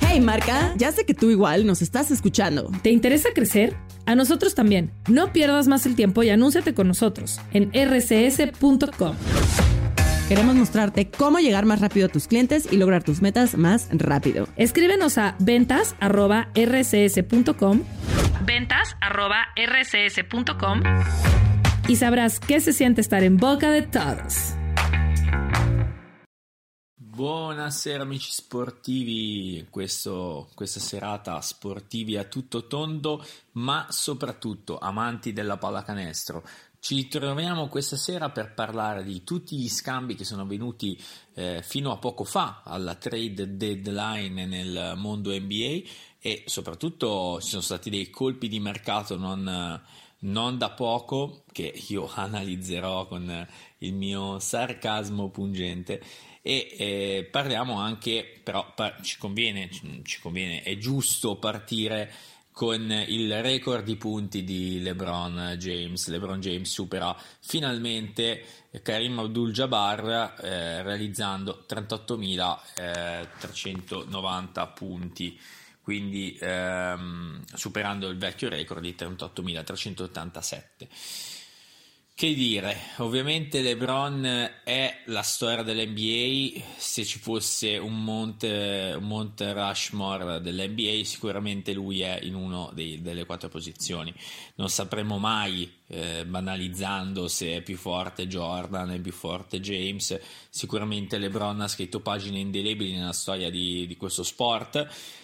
Hey marca, ya sé que tú igual nos estás escuchando. ¿Te interesa crecer? A nosotros también. No pierdas más el tiempo y anúnciate con nosotros en rcs.com. Queremos mostrarte cómo llegar más rápido a tus clientes y lograr tus metas más rápido. Escríbenos a ventas@rcs.com ventas@rcs.com y sabrás qué se siente estar in boca de todos. Buonasera amici sportivi, questa serata sportivi a tutto tondo, ma soprattutto amanti della pallacanestro. Ci troviamo questa sera per parlare di tutti gli scambi che sono avvenuti fino a poco fa alla trade deadline nel mondo NBA e soprattutto ci sono stati dei colpi di mercato non da poco che io analizzerò con il mio sarcasmo pungente e parliamo anche, però ci conviene, è giusto partire con il record di punti di LeBron James. LeBron James supera finalmente Kareem Abdul-Jabbar realizzando 38.390 punti, quindi superando il vecchio record di 38.387. Che dire, ovviamente LeBron è la storia dell'NBA. Se ci fosse un Monte Rushmore dell'NBA sicuramente lui è in uno delle 4 posizioni. Non sapremo mai, banalizzando, se è più forte Jordan, è più forte James. Sicuramente LeBron ha scritto pagine indelebili nella storia di questo sport,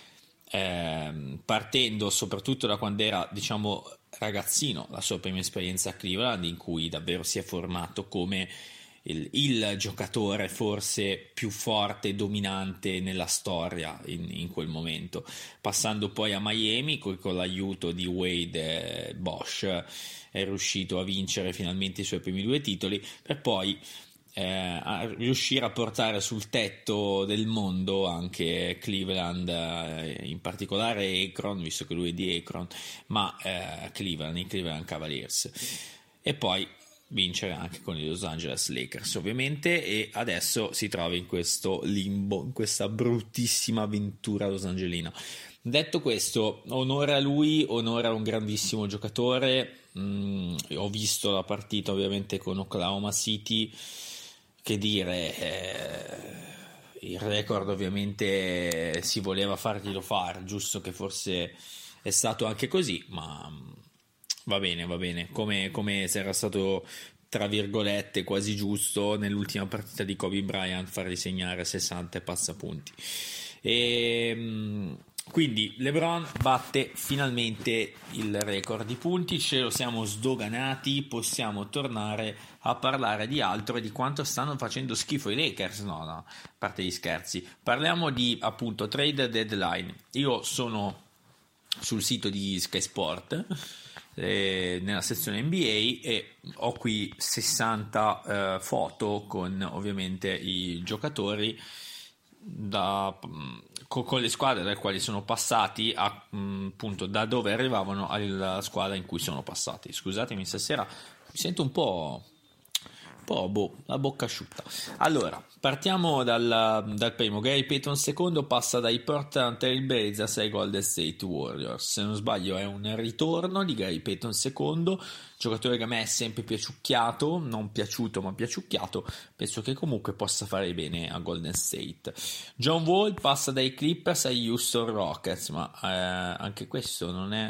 partendo soprattutto da quando era, diciamo, ragazzino, la sua prima esperienza a Cleveland, in cui davvero si è formato come il giocatore forse più forte e dominante nella storia in quel momento, passando poi a Miami con l'aiuto di Wade e Bosch è riuscito a vincere finalmente i suoi primi 2 titoli per poi a riuscire a portare sul tetto del mondo anche Cleveland, in particolare Akron, visto che lui è di Akron, ma i Cleveland Cavaliers, e poi vincere anche con i Los Angeles Lakers ovviamente, e adesso si trova in questo limbo, in questa bruttissima avventura losangelina. Detto questo, onore a lui, onore a un grandissimo giocatore. Ho visto la partita ovviamente con Oklahoma City. Che dire, il record ovviamente si voleva farglielo fare, giusto che forse è stato anche così, ma va bene, come se era stato, tra virgolette, quasi giusto nell'ultima partita di Kobe Bryant fargli segnare 60 e passapunti. Quindi LeBron batte finalmente il record di punti, ce lo siamo sdoganati, possiamo tornare a parlare di altro e di quanto stanno facendo schifo i Lakers. No, a parte gli scherzi, parliamo di appunto trade deadline. Io sono sul sito di Sky Sport nella sezione NBA e ho qui 60 foto con ovviamente i giocatori con le squadre dalle quali sono passati appunto da dove arrivavano alla squadra in cui sono passati. Scusatemi, stasera mi sento un po' la bocca asciutta. Allora, partiamo dal primo. Gary Payton secondo passa dai Portland Trail Blazers ai Golden State Warriors. Se non sbaglio è un ritorno di Gary Payton secondo, giocatore che a me è sempre piaciucchiato, non piaciuto ma piaciucchiato. Penso che comunque possa fare bene a Golden State. John Wall passa dai Clippers ai Houston Rockets, ma anche questo non è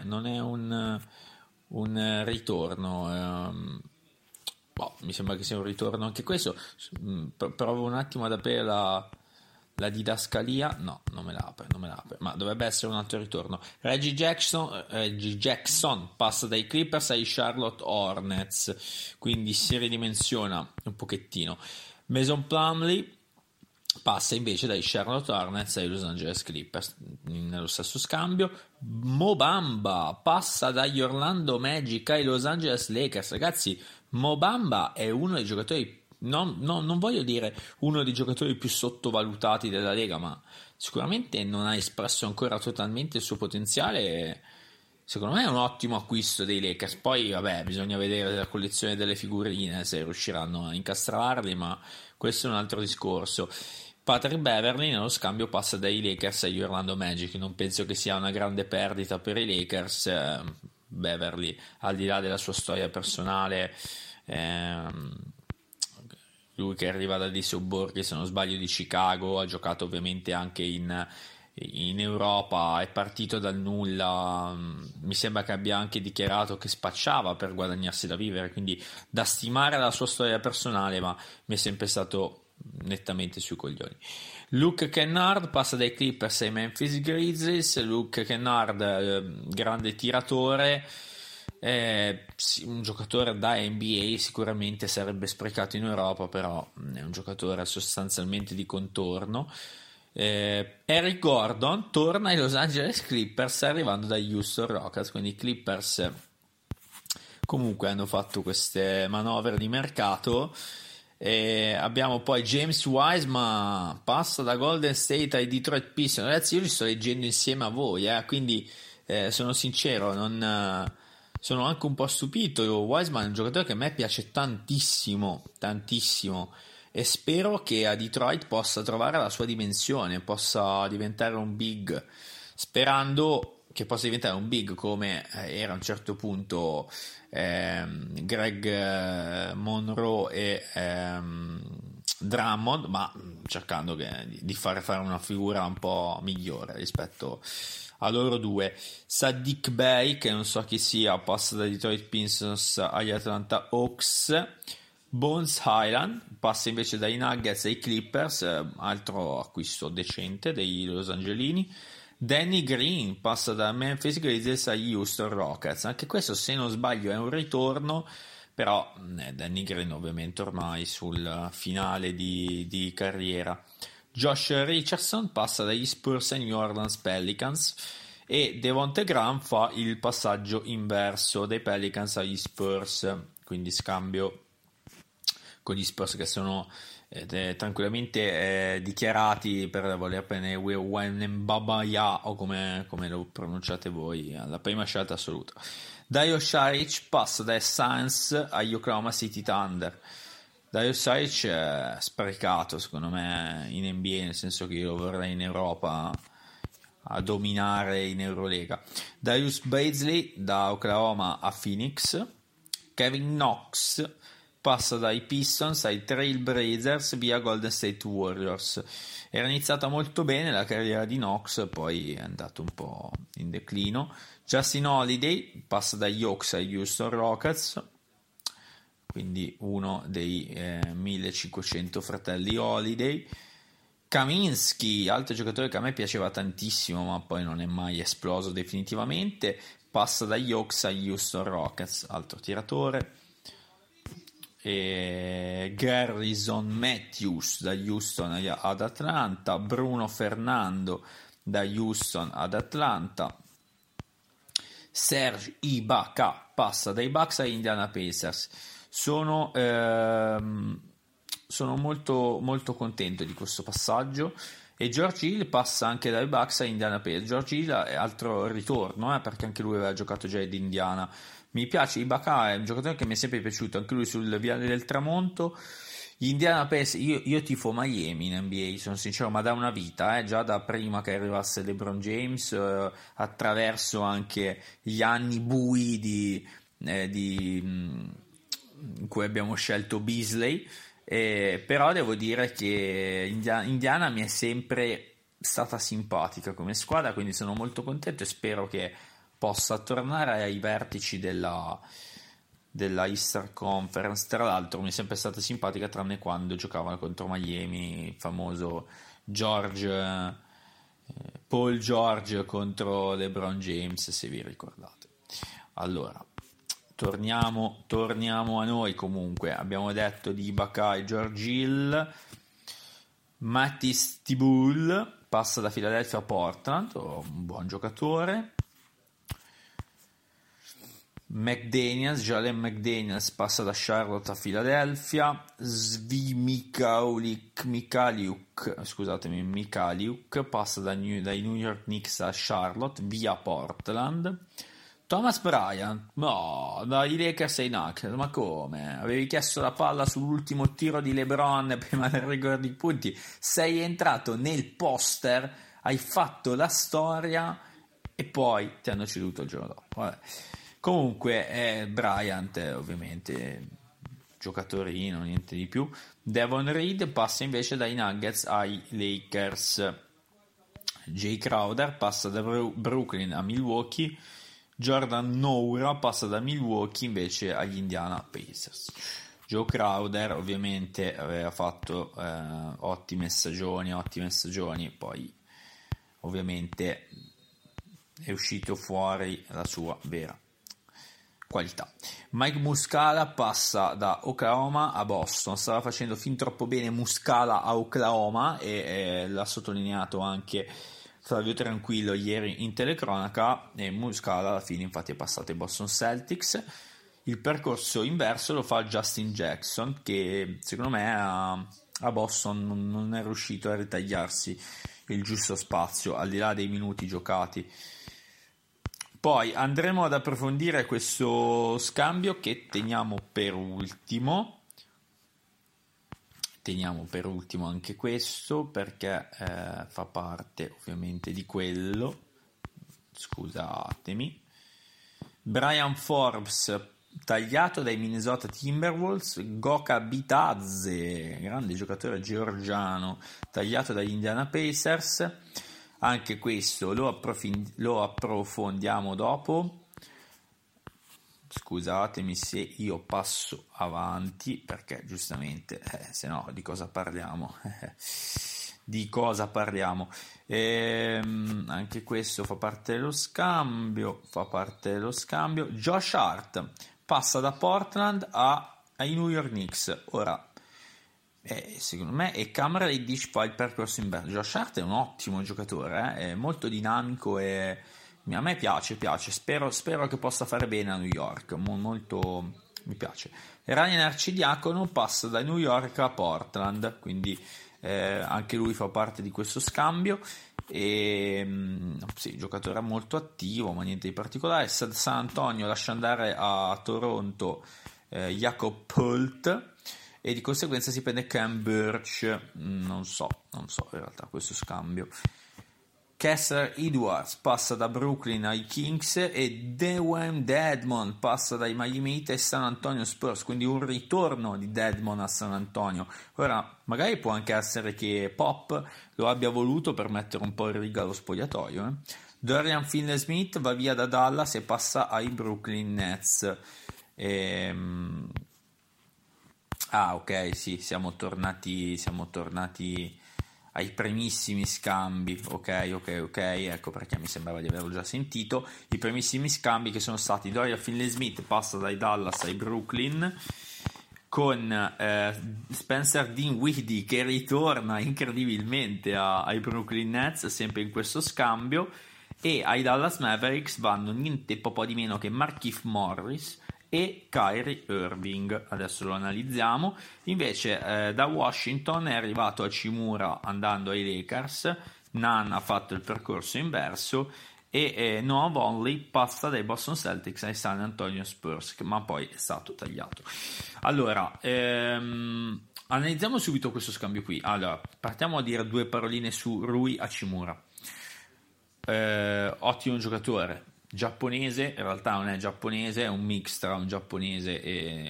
un ritorno. Mi sembra che sia un ritorno anche questo. Provo un attimo ad aprire la didascalia. No, non me la apre, ma dovrebbe essere un altro ritorno. Reggie Jackson passa dai Clippers ai Charlotte Hornets, quindi si ridimensiona un pochettino. Mason Plumlee passa invece dai Charlotte Hornets ai Los Angeles Clippers nello stesso scambio. Mo Bamba passa dagli Orlando Magic ai Los Angeles Lakers. Ragazzi, Mo Bamba è uno dei giocatori, non voglio dire uno dei giocatori più sottovalutati della Lega, ma sicuramente non ha espresso ancora totalmente il suo potenziale. Secondo me è un ottimo acquisto dei Lakers. Poi vabbè, bisogna vedere la collezione delle figurine, se riusciranno a incastrarli, ma questo è un altro discorso. Patrick Beverley nello scambio passa dai Lakers agli Orlando Magic. Non penso che sia una grande perdita per i Lakers. Beverley, al di là della sua storia personale, lui che arriva da dei sobborghi, se non sbaglio, di Chicago, ha giocato ovviamente anche in Europa, è partito dal nulla, mi sembra che abbia anche dichiarato che spacciava per guadagnarsi da vivere, quindi da stimare la sua storia personale, ma mi è sempre stato nettamente sui coglioni. Luke Kennard passa dai Clippers ai Memphis Grizzlies. Luke Kennard, grande tiratore, un giocatore da NBA, sicuramente sarebbe sprecato in Europa, però è un giocatore sostanzialmente di contorno. Eric Gordon torna ai Los Angeles Clippers arrivando dagli Houston Rockets, quindi i Clippers comunque hanno fatto queste manovre di mercato. Abbiamo poi James Wiseman passa da Golden State ai Detroit Pistons. Ragazzi, io li sto leggendo insieme a voi, quindi sono sincero, sono anche un po' stupito. Wiseman è un giocatore che a me piace tantissimo, e spero che a Detroit possa trovare la sua dimensione, possa diventare un big, sperando che possa diventare un big come era a un certo punto Greg Monroe e Drummond, ma cercando di fare una figura un po' migliore rispetto a loro due. Saddiq Bey, che non so chi sia, passa da Detroit Pistons agli Atlanta Hawks. Bones Highland passa invece dai Nuggets ai Clippers, altro acquisto decente dei Los Angelini. Danny Green passa da Memphis Grizzlies agli Houston Rockets, anche questo, se non sbaglio, è un ritorno, però Danny Green ovviamente ormai sul finale di carriera. Josh Richardson passa dagli Spurs ai New Orleans Pelicans e Devonte Graham fa il passaggio inverso dai Pelicans agli Spurs, quindi scambio con gli Spurs che sono tranquillamente dichiarati per voler prendere Wembanyama, o come lo pronunciate voi, la prima scelta assoluta. Dario Saric passa dai Suns agli Oklahoma City Thunder. Dario Saric è sprecato secondo me in NBA, nel senso che io lo vorrei in Europa a dominare in Eurolega. Darius Bazley da Oklahoma a Phoenix. Kevin Knox passa dai Pistons ai Trail Blazers via Golden State Warriors. Era iniziata molto bene la carriera di Knox, poi è andato un po' in declino. Justin Holiday passa dagli Hawks agli Houston Rockets, quindi uno dei 1500 fratelli Holiday. Kaminsky, altro giocatore che a me piaceva tantissimo ma poi non è mai esploso definitivamente, passa dagli Hawks agli Houston Rockets, altro tiratore. Garrison Matthews da Houston ad Atlanta. Bruno Fernando da Houston ad Atlanta. Serge Ibaka passa dai Bucks ai Indiana Pacers. Sono molto, molto contento di questo passaggio. E George Hill passa anche dai Bucks ai Indiana Pacers. George Hill è altro ritorno, perché anche lui aveva giocato già ad Indiana. Mi piace, Ibaka è un giocatore che mi è sempre piaciuto, anche lui sul viale del tramonto. Gli Indiana Pacers, io tifo Miami in NBA, sono sincero, ma da una vita, già da prima che arrivasse LeBron James, attraverso anche gli anni bui in cui abbiamo scelto Beasley, però devo dire che Indiana mi è sempre stata simpatica come squadra, quindi sono molto contento e spero che possa tornare ai vertici della Eastern Conference. Tra l'altro mi è sempre stata simpatica tranne quando giocavano contro Miami, il famoso Paul George contro LeBron James, se vi ricordate. Allora torniamo a noi. Comunque abbiamo detto di Ibaka e George Hill. Matisse Thybulle passa da Philadelphia a Portland, un buon giocatore. Jalen McDaniels passa da Charlotte a Philadelphia. Mikaliuk passa dai New York Knicks a Charlotte via Portland. Thomas Bryant, no, dai Lakers ai Nuggets, ma come? Avevi chiesto la palla sull'ultimo tiro di LeBron prima del record di punti, sei entrato nel poster, hai fatto la storia e poi ti hanno ceduto il giorno dopo. Vabbè. Comunque Bryant ovviamente giocatorino, niente di più. Devon Reed passa invece dai Nuggets ai Lakers. Jay Crowder passa da Brooklyn a Milwaukee. Jordan Noura passa da Milwaukee invece agli Indiana Pacers. Joe Crowder ovviamente aveva fatto ottime stagioni, poi ovviamente è uscito fuori la sua vera qualità. Mike Muscala passa da Oklahoma a Boston, stava facendo fin troppo bene Muscala a Oklahoma e l'ha sottolineato anche Flavio Tranquillo ieri in telecronaca, e Muscala alla fine infatti è passato ai Boston Celtics. Il percorso inverso lo fa Justin Jackson, che secondo me a Boston non è riuscito a ritagliarsi il giusto spazio al di là dei minuti giocati. Poi andremo ad approfondire questo scambio che teniamo per ultimo anche questo, perché fa parte ovviamente di quello. Scusatemi. Brian Forbes tagliato dai Minnesota Timberwolves. Goga Bitadze, grande giocatore georgiano, tagliato dagli Indiana Pacers. Anche questo lo approfondiamo dopo. Scusatemi se io passo avanti, perché giustamente se no di cosa parliamo? Anche questo fa parte dello scambio. Josh Hart passa da Portland ai New York Knicks. Ora secondo me è Camera dei Dish fa il percorso inverso. Josh Hart è un ottimo giocatore, è molto dinamico e a me piace, spero che possa fare bene a New York, molto mi piace. Ryan Arcidiacono passa da New York a Portland, quindi anche lui fa parte di questo scambio e sì, giocatore molto attivo, ma niente di particolare. San Antonio lascia andare a Toronto Jakob Poeltl e di conseguenza si prende Cam Birch. Non so in realtà questo scambio. Kessler Edwards passa da Brooklyn ai Kings e Dwayne Dedmon passa dai Miami Heat ai San Antonio Spurs, quindi un ritorno di Dedmon a San Antonio. Ora magari può anche essere che Pop lo abbia voluto per mettere un po' in riga lo spogliatoio. Dorian Finney-Smith va via da Dallas e passa ai Brooklyn Nets. Ok, sì, siamo tornati ai primissimi scambi. Ok, ecco perché mi sembrava di averlo già sentito. I primissimi scambi che sono stati: Dorian Finney-Smith passa dai Dallas ai Brooklyn, con Spencer Dinwiddie che ritorna incredibilmente ai Brooklyn Nets, sempre in questo scambio, e ai Dallas Mavericks vanno niente po' di meno che Markieff Morris e Kyrie Irving. Adesso lo analizziamo. Invece da Washington è arrivato Hachimura andando ai Lakers. Nunn ha fatto il percorso inverso e Noah Vonleh passa dai Boston Celtics ai San Antonio Spurs, ma poi è stato tagliato. Allora analizziamo subito questo scambio qui. Allora, partiamo a dire due paroline su Rui Hachimura. Ottimo giocatore giapponese, in realtà non è giapponese, è un mix tra un giapponese e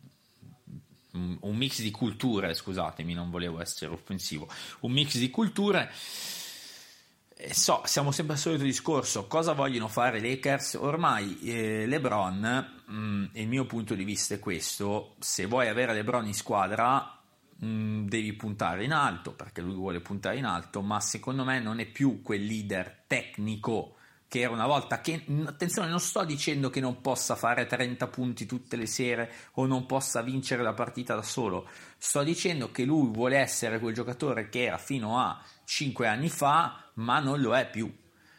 un mix di culture, scusatemi, non volevo essere offensivo, un mix di culture. Siamo sempre al solito discorso, cosa vogliono fare i Lakers? Ormai LeBron, il mio punto di vista è questo: se vuoi avere LeBron in squadra devi puntare in alto, perché lui vuole puntare in alto, ma secondo me non è più quel leader tecnico che era una volta. Che, attenzione, non sto dicendo che non possa fare 30 punti tutte le sere o non possa vincere la partita da solo, sto dicendo che lui vuole essere quel giocatore che era fino a 5 anni fa, ma non lo è più,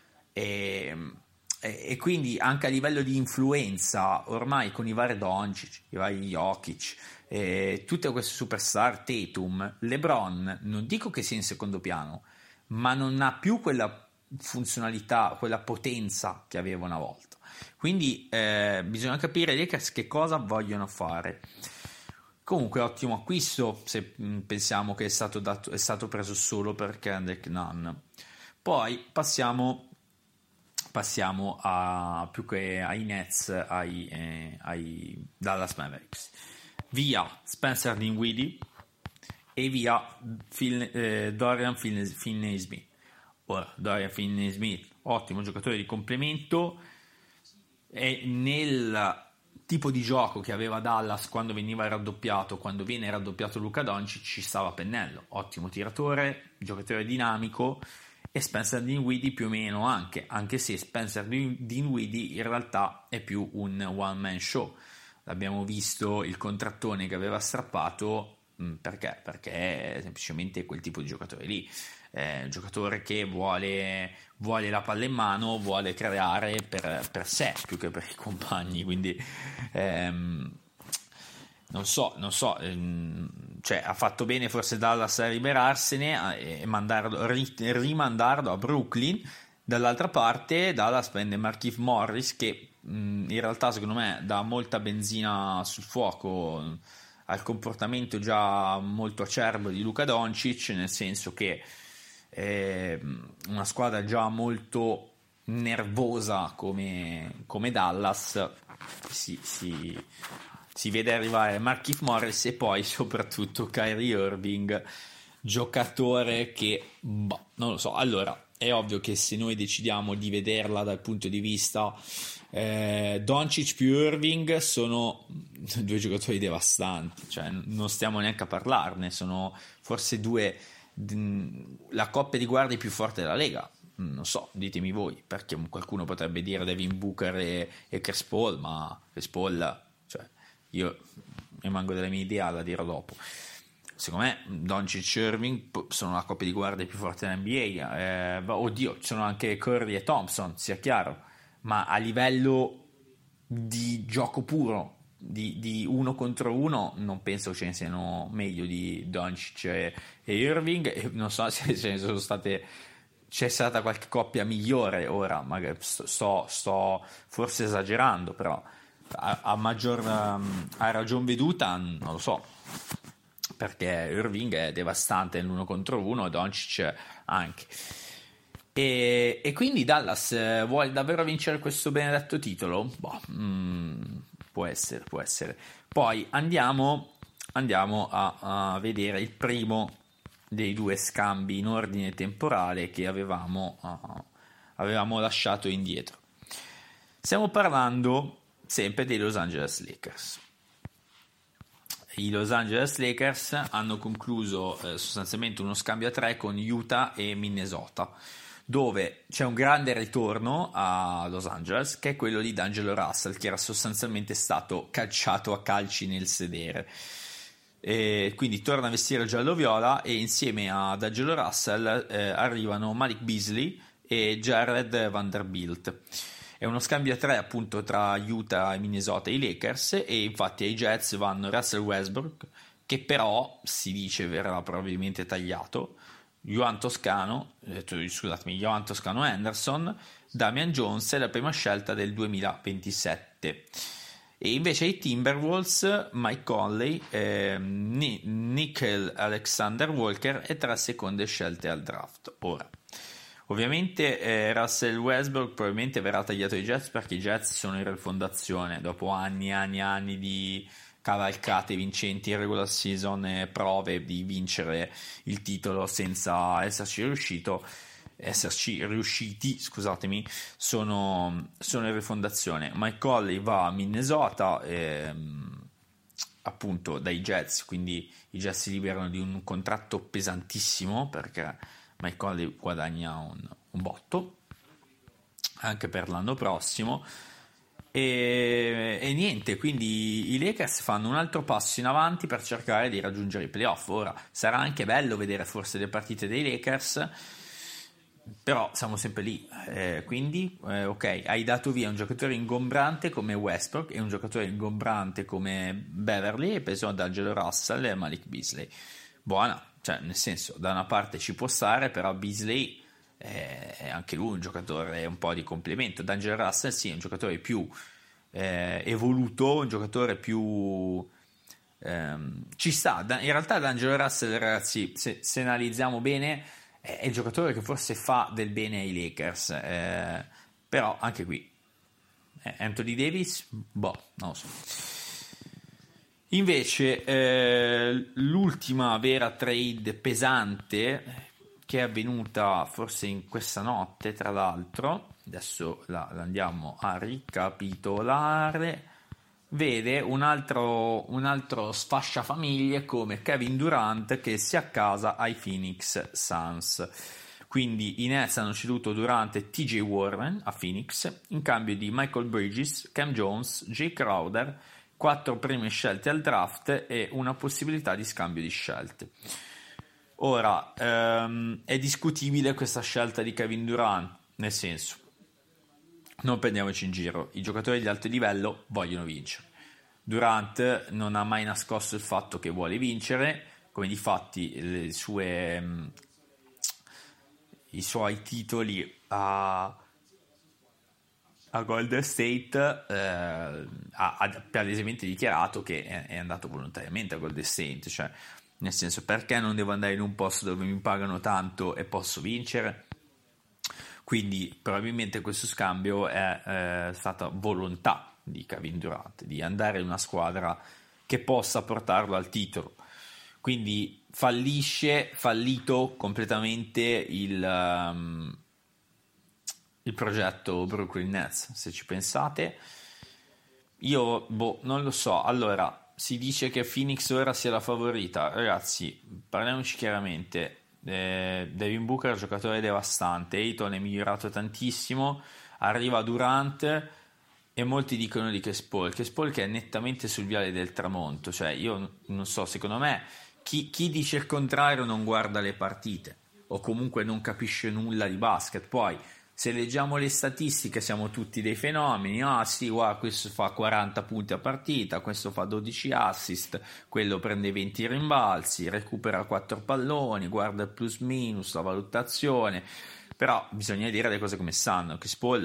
e quindi anche a livello di influenza ormai con i vari Doncic, i vari Jokic, tutte queste superstar, Tatum, LeBron, non dico che sia in secondo piano, ma non ha più quella funzionalità, quella potenza che aveva una volta. quindi bisogna capire i Lakers che cosa vogliono fare. Comunque ottimo acquisto se pensiamo che è stato preso solo per Kendrick Nunn. Poi passiamo a più che ai Nets, ai Dallas Mavericks. Via Spencer Dinwiddie e via Dorian Finney-Smith. Ora, Dorian Finney-Smith, ottimo giocatore di complemento, e nel tipo di gioco che aveva Dallas quando viene raddoppiato Luka Doncic ci stava a pennello. Ottimo tiratore, giocatore dinamico, e Spencer Dinwiddie più o meno anche se Spencer Dinwiddie in realtà è più un one man show. Abbiamo visto il contrattone che aveva strappato, perché è semplicemente quel tipo di giocatore lì, un giocatore che vuole la palla in mano, vuole creare per sé più che per i compagni, quindi non so, cioè ha fatto bene forse Dallas a liberarsene e rimandarlo a Brooklyn. Dall'altra parte Dallas prende Markieff Morris, che in realtà secondo me dà molta benzina sul fuoco al comportamento già molto acerbo di Luka Doncic, nel senso che una squadra già molto nervosa come Dallas si vede arrivare Markieff Morris e poi soprattutto Kyrie Irving, giocatore che non lo so. Allora, è ovvio che se noi decidiamo di vederla dal punto di vista Doncic più Irving, sono due giocatori devastanti, cioè non stiamo neanche a parlarne, sono forse la coppia di guardie più forte della Lega. Non so, ditemi voi, perché qualcuno potrebbe dire Devin Booker e Chris Paul, ma Chris Paul, cioè, io rimango della mia idea, la dirò dopo. Secondo me Doncic e Irving sono la coppia di guardie più forte dell'NBA. Oddio, ci sono anche Curry e Thompson, sia chiaro, ma a livello di gioco puro, di uno contro uno, non penso ce ne siano meglio di Doncic e Irving, e non so se ce ne sono state, c'è stata qualche coppia migliore. Ora magari sto forse esagerando, però a ragion veduta non lo so, perché Irving è devastante nell'uno contro uno, Doncic anche. E quindi Dallas vuole davvero vincere questo benedetto titolo? Può essere. Poi andiamo a vedere il primo dei due scambi in ordine temporale che avevamo lasciato indietro. Stiamo parlando sempre dei Los Angeles Lakers. I Los Angeles Lakers hanno concluso sostanzialmente uno scambio a 3 con Utah e Minnesota, dove c'è un grande ritorno a Los Angeles, che è quello di D'Angelo Russell, che era sostanzialmente stato cacciato a calci nel sedere. E quindi torna a vestire il giallo-viola, e insieme a D'Angelo Russell arrivano Malik Beasley e Jared Vanderbilt. È uno scambio a 3 appunto tra Utah e Minnesota e i Lakers, e infatti ai Jets vanno Russell Westbrook, che però si dice verrà probabilmente tagliato, Johan Toscano Anderson, Damian Jones e la prima scelta del 2027. E invece ai Timberwolves Mike Conley, Nickel Alexander Walker e 3 seconde scelte al draft. Ora, ovviamente Russell Westbrook probabilmente verrà tagliato ai Jets, perché i Jets sono in rifondazione dopo anni e anni di cavalcate vincenti in regular season e prove di vincere il titolo senza esserci riusciti, scusatemi, sono in rifondazione. Mike Conley va a Minnesota appunto dai Jets, quindi i Jets si liberano di un contratto pesantissimo, perché Mike Conley guadagna un botto anche per l'anno prossimo. E niente, quindi i Lakers fanno un altro passo in avanti per cercare di raggiungere i playoff. Ora sarà anche bello vedere forse le partite dei Lakers, però siamo sempre lì, quindi ok, hai dato via un giocatore ingombrante come Westbrook e un giocatore ingombrante come Beverly, e penso ad D'Angelo Russell e Malik Beasley. Buona, cioè nel senso, da una parte ci può stare, però Beasley è anche lui un giocatore un po' di complemento. D'Angelo Russell sì, è un giocatore più evoluto, un giocatore più ci sta. In realtà D'Angelo Russell, ragazzi, se analizziamo bene, è il giocatore che forse fa del bene ai Lakers, però anche qui Anthony Davis, non lo so. Invece l'ultima vera trade pesante che è avvenuta forse in questa notte, tra l'altro, adesso la andiamo a ricapitolare, vede un altro sfasciafamiglie come Kevin Durant che si accasa ai Phoenix Suns. Quindi i Nets hanno ceduto Durant e TJ Warren a Phoenix in cambio di Michael Bridges, Cam Jones, Jay Crowder, 4 prime scelte al draft e una possibilità di scambio di scelte. Ora, è discutibile questa scelta di Kevin Durant, nel senso, non prendiamoci in giro, i giocatori di alto livello vogliono vincere. Durant non ha mai nascosto il fatto che vuole vincere, come difatti i suoi titoli a Golden State ha palesemente dichiarato che è andato volontariamente a Golden State, cioè nel senso, perché non devo andare in un posto dove mi pagano tanto e posso vincere? Quindi probabilmente questo scambio è stata volontà di Kevin Durant di andare in una squadra che possa portarlo al titolo. Quindi fallito completamente il progetto Brooklyn Nets, se ci pensate. Io non lo so. Allora, si dice che Phoenix ora sia la favorita. Ragazzi, parliamoci chiaramente. Devin Booker, giocatore devastante. Ayton è migliorato tantissimo. Arriva Durant e molti dicono di Chris Paul che è nettamente sul viale del tramonto. Cioè, io non so, secondo me chi dice il contrario non guarda le partite o comunque non capisce nulla di basket. Poi se leggiamo le statistiche siamo tutti dei fenomeni. Ah sì, guarda, questo fa 40 punti a partita, questo fa 12 assist, quello prende 20 rimbalzi, recupera 4 palloni, guarda il plus minus, la valutazione. Però bisogna dire le cose come stanno. Chris Paul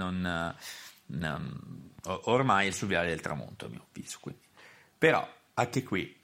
ormai è sul viale del tramonto, a mio avviso. Quindi. Però anche qui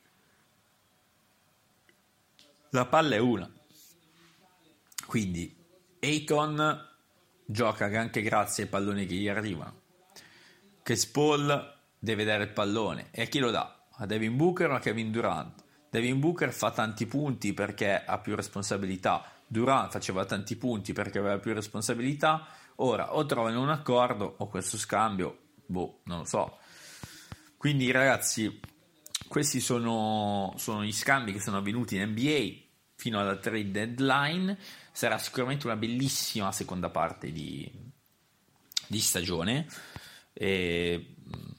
la palla è una. Quindi Ayton gioca anche grazie ai palloni che gli arrivano. Chris Paul deve dare il pallone e a chi lo dà? A Devin Booker o a Kevin Durant? Devin Booker fa tanti punti perché ha più responsabilità, Durant faceva tanti punti perché aveva più responsabilità. Ora o trovano un accordo o questo scambio, non lo so. Quindi ragazzi, questi sono gli scambi che sono avvenuti in NBA fino alla trade deadline. Sarà sicuramente una bellissima seconda parte di stagione e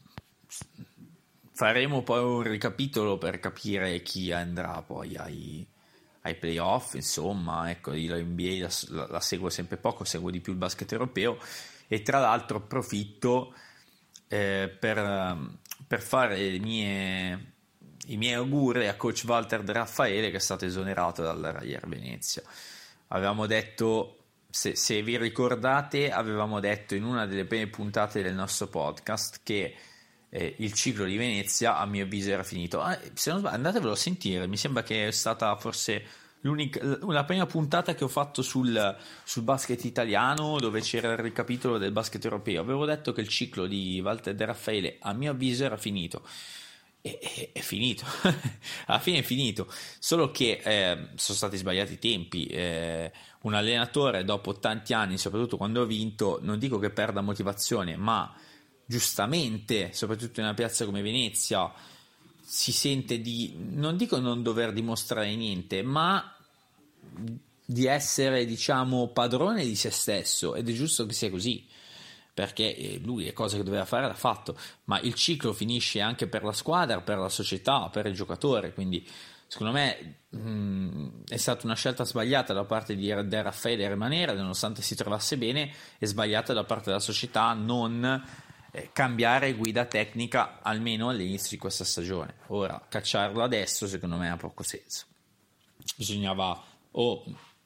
faremo poi un ricapitolo per capire chi andrà poi ai playoff. Insomma, ecco, io la NBA la seguo sempre poco, seguo di più il basket europeo e tra l'altro approfitto per fare i miei auguri a coach Walter De Raffaele, che è stato esonerato dalla Rayer Venezia. Avevamo detto, se vi ricordate, avevamo detto in una delle prime puntate del nostro podcast che il ciclo di Venezia a mio avviso era finito. Se non sbaglio, andatevelo a sentire, mi sembra che è stata forse la prima puntata che ho fatto sul basket italiano, dove c'era il ricapitolo del basket europeo. Avevo detto che il ciclo di Walter De Raffaele a mio avviso era finito. È finito. Alla fine è finito, solo che sono stati sbagliati i tempi. Un allenatore dopo tanti anni, soprattutto quando ha vinto, non dico che perda motivazione, ma giustamente, soprattutto in una piazza come Venezia, si sente di, non dico non dover dimostrare niente, ma di essere, diciamo, padrone di se stesso, ed è giusto che sia così, perché lui le cose che doveva fare l'ha fatto, ma il ciclo finisce anche per la squadra, per la società, per il giocatore. Quindi secondo me è stata una scelta sbagliata da parte di De Raffaele rimanere, nonostante si trovasse bene, e sbagliata da parte della società non cambiare guida tecnica almeno all'inizio di questa stagione. Ora cacciarlo adesso secondo me ha poco senso. Bisognava o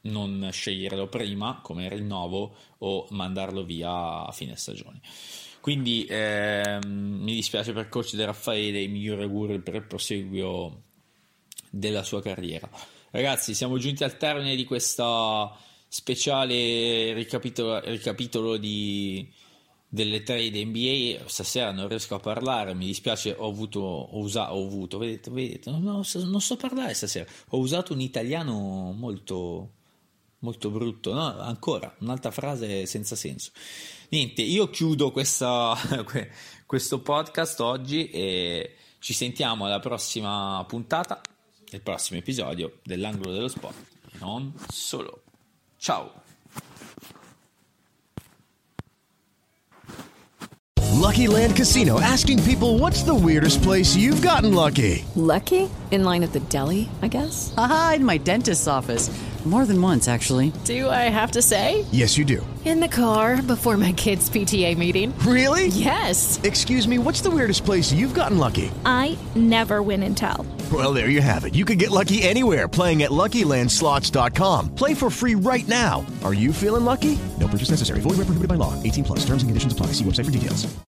non sceglierlo prima come rinnovo o mandarlo via a fine stagione. Quindi mi dispiace per coach De Raffaele, i migliori auguri per il proseguio della sua carriera. Ragazzi, siamo giunti al termine di questa speciale ricapitolo delle trade NBA. Stasera non riesco a parlare, mi dispiace, ho avuto, vedete, non so parlare stasera, ho usato un italiano molto molto brutto, no? Ancora un'altra frase senza senso. Niente, io chiudo questo podcast oggi e ci sentiamo alla prossima puntata, il prossimo episodio dell'Angolo dello Sport e non solo. Ciao. Lucky Land Casino, asking people, what's the weirdest place you've gotten lucky? Lucky? In line at the deli, I guess? Aha, in my dentist's office. More than once, actually. Do I have to say? Yes, you do. In the car before my kids' PTA meeting. Really? Yes. Excuse me, what's the weirdest place you've gotten lucky? I never win and tell. Well, there you have it. You can get lucky anywhere, playing at LuckyLandSlots.com. Play for free right now. Are you feeling lucky? No purchase necessary. Void where prohibited by law. 18+. Terms and conditions apply. See website for details.